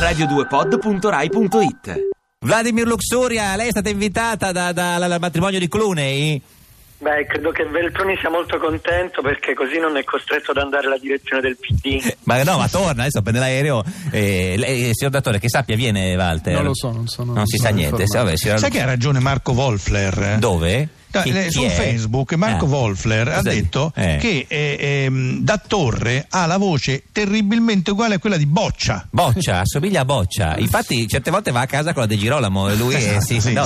radio2pod.rai.it. Vladimir Luxuria, lei è stata invitata dal matrimonio di Clooney? Beh, credo che Veltroni sia molto contento perché così non è costretto ad andare alla direzione del PD. Ma torna, adesso prende l'aereo. Lei, signor Dattore, che sappia, viene Walter? Non lo so, non si sa niente. Vabbè, sai che ha ragione Marco Wolfler? Dove? Su Facebook Marco Wolfler ha detto che Dattore ha la voce terribilmente uguale a quella di Boccia, assomiglia a Boccia, infatti certe volte va a casa con la De Girolamo e lui è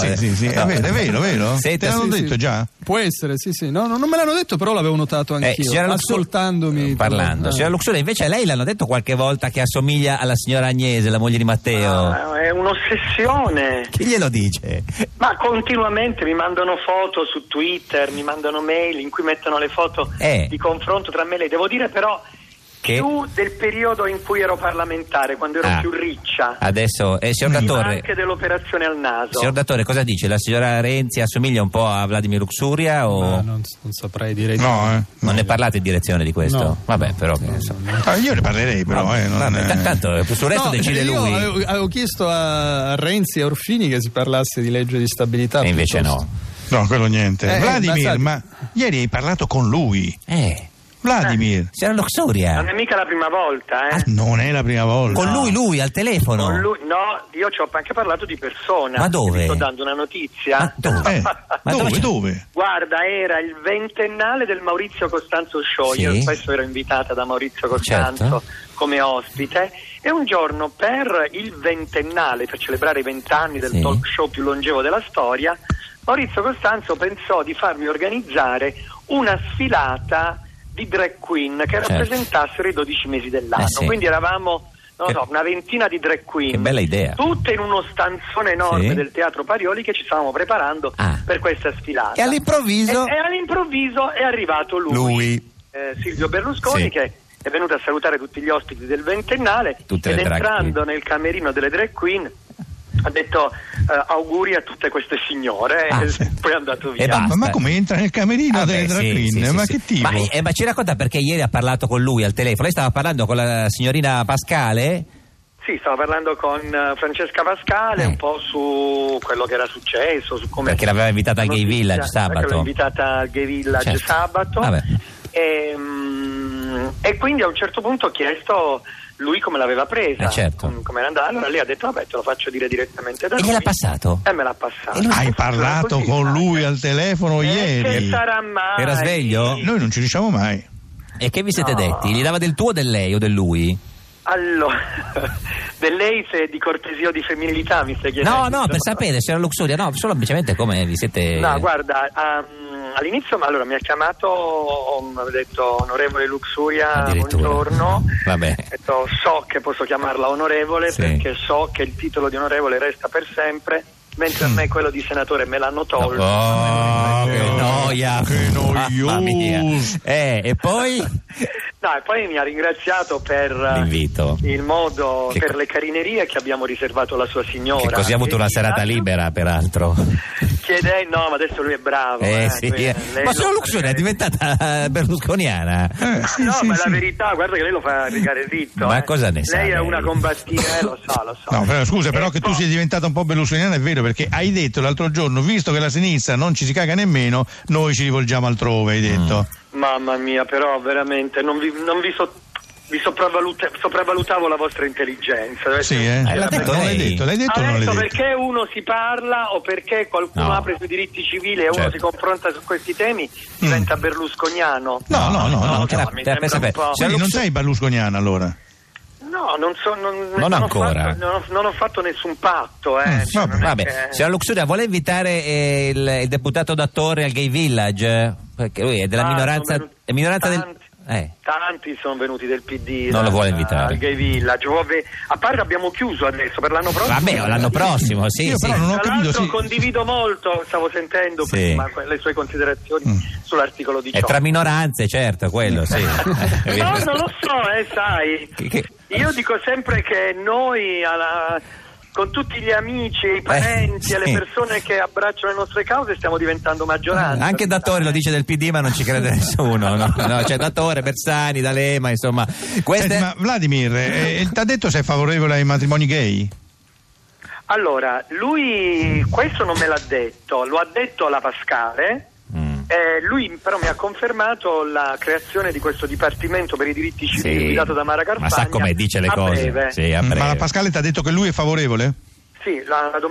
vero? Te l'hanno detto già? Può essere, sì. No, non me l'hanno detto, però l'avevo notato anch'io, ascoltandomi. Parlando. Signora Luxuria, invece a lei l'hanno detto qualche volta che assomiglia alla signora Agnese, la moglie di Matteo? È un'ossessione. Chi glielo dice? Ma continuamente mi mandano foto su Twitter, mi mandano mail in cui mettono le foto di confronto tra me e lei. Devo dire però più del periodo in cui ero parlamentare, quando ero più riccia. Adesso, signor Dattore, anche dell'operazione al naso. Signor Dattore, cosa dice? La signora Renzi assomiglia un po' a Vladimir Luxuria o... non saprei dire. Non ne parlate in direzione di questo? No. Vabbè, però io ne parlerei, però tanto sul resto decide lui. Io avevo chiesto a Renzi e a Orfini che si parlasse di legge di stabilità e invece no, quello niente. Vladimir, ma ieri hai parlato con lui? Vladimir, signora Luxuria, non è mica la prima volta, non è la prima volta. Con lui al telefono? Con lui, no, io ci ho anche parlato di persona. Ma dove? Ti sto dando una notizia. Ma dove? Dove? Guarda, era il 20ennale del Maurizio Costanzo Show. Io spesso ero invitata da Maurizio Costanzo come ospite, e un giorno per il 20ennale, per celebrare i 20 anni del talk show più longevo della storia, Maurizio Costanzo pensò di farmi organizzare una sfilata di drag queen che rappresentassero i 12 mesi dell'anno. Quindi eravamo, una ventina di drag queen. Che bella idea. Tutte in uno stanzone enorme del Teatro Parioli che ci stavamo preparando per questa sfilata. E all'improvviso è arrivato lui. Silvio Berlusconi, che è venuto a salutare tutti gli ospiti del 20ennale ed entrando nel camerino delle drag queen ha detto auguri a tutte queste signore e poi è andato via. Ma come entra nel camerino delle drag queen? Ma che tipo? Ma ci racconta perché ieri ha parlato con lui al telefono? Lei stava parlando con la signorina Pascale? Sì, stavo parlando con Francesca Pascale un po' su quello che era successo, su come... Perché l'aveva invitata al Gay Village sabato. L'aveva invitata al Gay Village sabato. E quindi a un certo punto ho chiesto lui come l'aveva presa, come era andata. Allora lei ha detto vabbè, te lo faccio dire direttamente da lui. E gliel'ha passato? Me l'ha passato. Hai parlato con lui al telefono ieri? Che sarà mai? Era sveglio? Noi non ci riusciamo mai. E che vi siete detti? Gli dava del tuo o del lei o del lui? Allora, del lei, se di cortesia o di femminilità mi stai chiedendo? No, per sapere, signora Luxuria, solo semplicemente come vi siete... No, guarda, all'inizio mi ha chiamato, mi ha detto onorevole Luxuria, buongiorno. Vabbè. Ha detto so che posso chiamarla onorevole perché so che il titolo di onorevole resta per sempre, mentre a me quello di senatore me l'hanno tolto. Che noia! Che noioso! E poi? No, e poi mi ha ringraziato per l'invito, il modo, per le carinerie che abbiamo riservato alla sua signora. Che così ha avuto una serata libera, peraltro. No, ma adesso lui è bravo. Ma signora Luxuria è diventata berlusconiana. Ma la verità, guarda che lei lo fa rigare dritto. Ma cosa ne sa? Lei è una combattina, lo so. No, però, scusa, però che tu sia diventata un po' berlusconiana è vero, perché hai detto l'altro giorno, visto che la sinistra non ci si caga nemmeno, noi ci rivolgiamo altrove, hai detto. Mamma mia, però veramente sopravvalutavo la vostra intelligenza. L'hai detto o non l'hai detto? Perché uno si parla o perché qualcuno apre sui diritti civili e uno si confronta su questi temi diventa berlusconiano. No. Quindi non sei berlusconiana allora? No, non ancora. Non ho fatto nessun patto. Vabbè. Signora Luxuria, vuole invitare il deputato Dattore al Gay Village? Perché lui è della minoranza del... Tanti sono venuti del PD. Non lo vuole invitare al Gay Village. A parte abbiamo chiuso adesso per l'anno prossimo. Vabbè, l'anno prossimo, sì. Io però non ho capito. Condivido molto, stavo sentendo prima le sue considerazioni sull'articolo 18. È tra minoranze, certo, quello, sì. No, non lo so, sai. Io dico sempre che noi con tutti gli amici, i parenti e le persone che abbracciano le nostre cause stiamo diventando maggioranza. Anche Dattore lo dice del PD, ma non ci crede nessuno. No, c'è Dattore, Bersani, D'Alema, insomma. Ma Vladimir, ti ha detto se è favorevole ai matrimoni gay? Allora, lui questo non me l'ha detto, lo ha detto la Pascale. Lui però mi ha confermato la creazione di questo Dipartimento per i diritti civili guidato da Mara Carfagna. Ma sa come dice le cose? Breve. A breve. Ma la Pascale ti ha detto che lui è favorevole? Sì,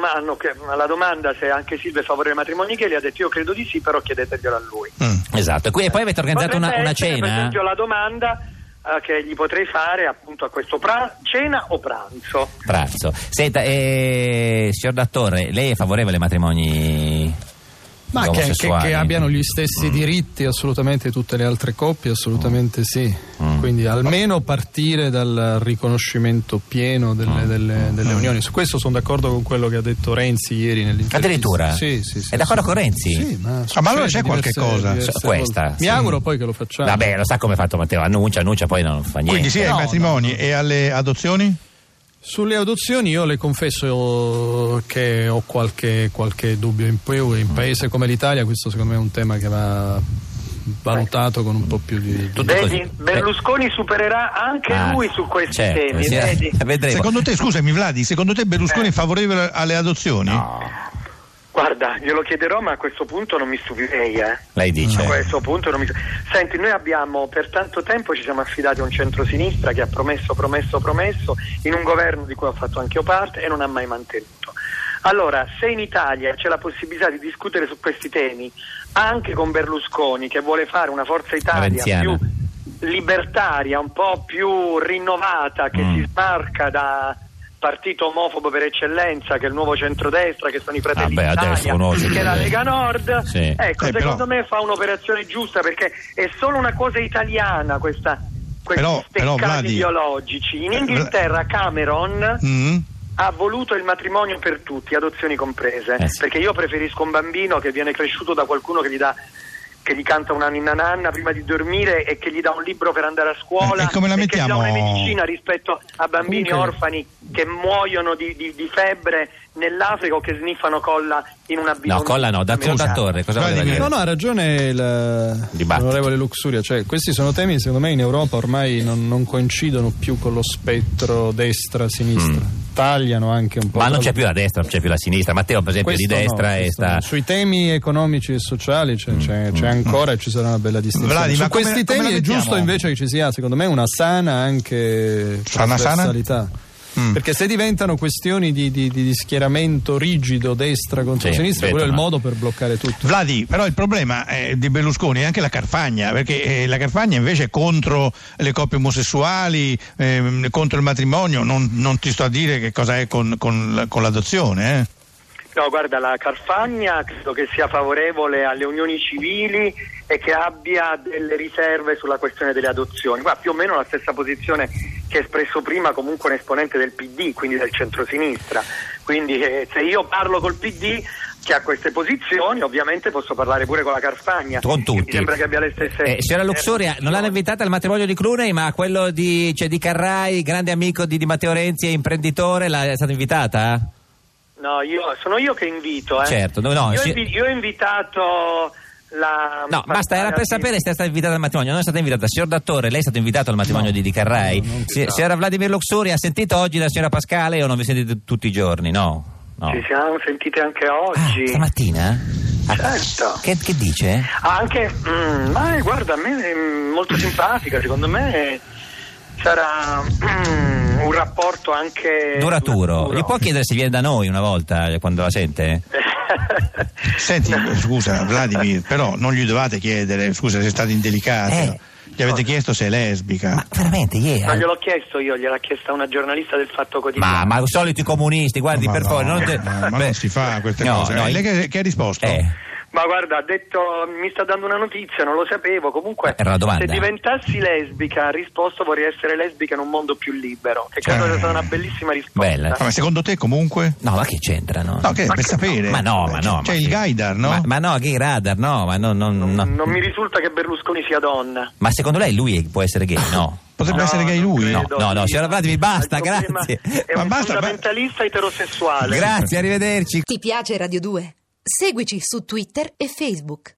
la domanda se anche Silvia è favorevole ai matrimoni gay, gli ha detto io credo di sì, però chiedeteglielo a lui. Esatto, e poi avete organizzato una cena? Per esempio la domanda che gli potrei fare appunto a questo cena o pranzo? Pranzo. Senta, signor Dattore, lei è favorevole ai matrimoni? Ma che abbiano gli stessi diritti assolutamente tutte le altre coppie, assolutamente sì. Quindi almeno partire dal riconoscimento pieno delle unioni. Su questo sono d'accordo con quello che ha detto Renzi ieri nell'intervista. Addirittura? Sì. È d'accordo con Renzi? Sì, ma allora c'è qualche cosa. Questa. Mi auguro poi che lo facciamo. Vabbè, lo sa come ha fatto Matteo, annuncia, poi non fa niente. Quindi sì ai matrimoni e alle adozioni? Sulle adozioni io le confesso che ho qualche dubbio in più. In paese come l'Italia questo secondo me è un tema che va valutato con un po' più di... Vedi, Berlusconi supererà anche lui su questi temi, vedi? Vedremo. Secondo te, scusami Vladi, secondo te Berlusconi è favorevole alle adozioni? No. Guarda, glielo chiederò, ma a questo punto non mi stupirei, Lei dice? A questo punto non mi Senti, noi abbiamo per tanto tempo ci siamo affidati a un centrosinistra che ha promesso in un governo di cui ho fatto anche io parte e non ha mai mantenuto. Allora, se in Italia c'è la possibilità di discutere su questi temi anche con Berlusconi, che vuole fare una Forza Italia più libertaria, un po' più rinnovata, che si smarca da partito omofobo per eccellenza, che è il nuovo centrodestra, che sono i Fratelli d'Italia, che è la Lega Nord, secondo me fa un'operazione giusta, perché è solo una cosa italiana questi steccati ideologici. In Inghilterra Cameron ha voluto il matrimonio per tutti, adozioni comprese, perché io preferisco un bambino che viene cresciuto da qualcuno che gli canta una ninna nanna prima di dormire e che gli dà un libro per andare a scuola, e come la mettiamo? Che gli dà una medicina rispetto a bambini orfani che muoiono di febbre nell'Africa o che sniffano colla in una bidonetta. No, colla no, Dattore, cosa voleva dire? No, ha ragione l'onorevole Luxuria, cioè questi sono temi secondo me in Europa ormai non coincidono più con lo spettro destra-sinistra. Tagliano anche un po'. Ma non c'è più la destra, non c'è più la sinistra. Matteo, per esempio, questo di destra sta. Sui temi economici e sociali c'è ancora e ci sarà una bella distinzione. Su questi temi è giusto invece che ci sia, secondo me, una sana anche trasversalità. Perché se diventano questioni di schieramento rigido destra contro sinistra, quello è il modo per bloccare tutto. Vladi, però il problema di Berlusconi è anche la Carfagna, perché la Carfagna invece è contro le coppie omosessuali, contro il matrimonio, non ti sto a dire che cosa è con l'adozione. No, guarda, la Carfagna credo che sia favorevole alle unioni civili e che abbia delle riserve sulla questione delle adozioni. Ma più o meno la stessa posizione che ha espresso prima comunque un esponente del PD, quindi del centrosinistra. Quindi se io parlo col PD che ha queste posizioni, ovviamente posso parlare pure con la Carfagna. Con tutti. Mi sembra che abbia le stesse. Signora Luxuria, non l'hanno invitata al matrimonio di Clooney, ma quello di Carrai, grande amico di Matteo Renzi e imprenditore, è stata invitata? No, sono io che invito. Certo, io ho invitato la... No, basta, era per sapere se è stata invitata al matrimonio. Non è stata invitata. Signor Dattore, lei è stato invitato al matrimonio di Carrai? Signora Vladimir Luxuria, ha sentito oggi la signora Pascale o non vi sentite tutti i giorni? No. Ci siamo sentite anche oggi. Stamattina? Certo. Che dice? Anche, ma guarda, a me è molto simpatica, secondo me sarà un rapporto anche duraturo. Gli può chiedere se viene da noi una volta quando la sente? Senti, scusa Vladimir, però non gli dovete chiedere, scusa se state indelicati. Gli avete chiesto se è lesbica? Ma veramente ieri? Non gliel'ho chiesto io, gliel'ha chiesta una giornalista del Fatto Quotidiano. Ma soliti comunisti, guardi, per favore. Non si fa queste cose. Lei che ha risposto? Ma guarda, ha detto, mi sta dando una notizia, non lo sapevo. Comunque, era una domanda. Se diventassi lesbica, ha risposto, vorrei essere lesbica in un mondo più libero. Che credo sia stata una bellissima risposta. Bella. Ma secondo te comunque? No, ma che c'entrano? No, che per sapere. Ma no. C'è il Gaidar, no? Ma no, che il radar, no, ma no. Non mi risulta che Berlusconi sia donna. Ma secondo lei lui può essere gay, no? Potrebbe essere gay lui? No, signora Vladimir, basta, grazie. È un fondamentalista eterosessuale. Grazie, arrivederci. Ti piace Radio 2? Seguici su Twitter e Facebook.